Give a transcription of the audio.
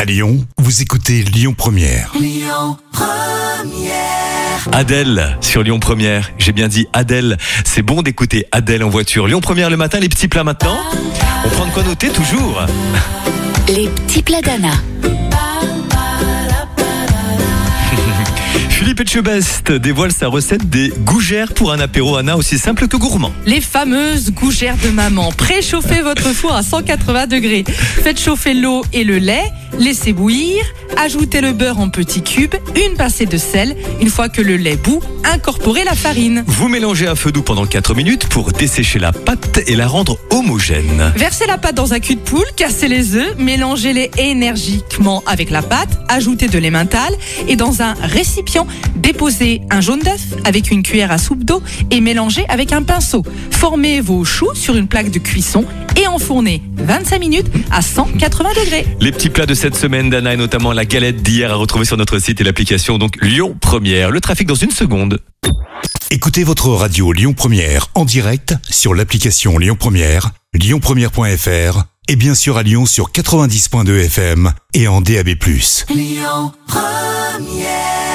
À Lyon, vous écoutez Lyon Première. Lyon Première. Adèle sur Lyon Première. J'ai bien dit Adèle. C'est bon d'écouter Adèle en voiture. Lyon Première le matin, les petits plats maintenant. On prend de quoi noter toujours. Les petits plats d'Anna. Philippe Etchebest dévoile sa recette des gougères pour un apéro, Anna, aussi simple que gourmand. Les fameuses gougères de maman. Préchauffez votre four à 180 degrés. Faites chauffer l'eau et le lait. Laissez bouillir. Ajoutez le beurre en petits cubes. Une pincée de sel. Une fois que le lait bout, incorporez la farine. Vous mélangez à feu doux pendant 4 minutes pour dessécher la pâte et la rendre homogène. Versez la pâte dans un cul de poule. Cassez les œufs. Mélangez-les énergiquement avec la pâte. Ajoutez de l'emmental. Et dans un récipient, déposez un jaune d'œuf avec une cuillère à soupe d'eau et mélangez avec un pinceau. Formez vos choux sur une plaque de cuisson et enfournez 25 minutes à 180 degrés. Les petits plats de cette semaine d'Anna et notamment la galette d'hier à retrouver sur notre site et l'application donc Lyon Première. Le trafic dans une seconde. Écoutez votre radio Lyon Première en direct sur l'application Lyon Première, lyonpremière.fr et bien sûr à Lyon sur 90.2 FM et en DAB+. Lyon Première.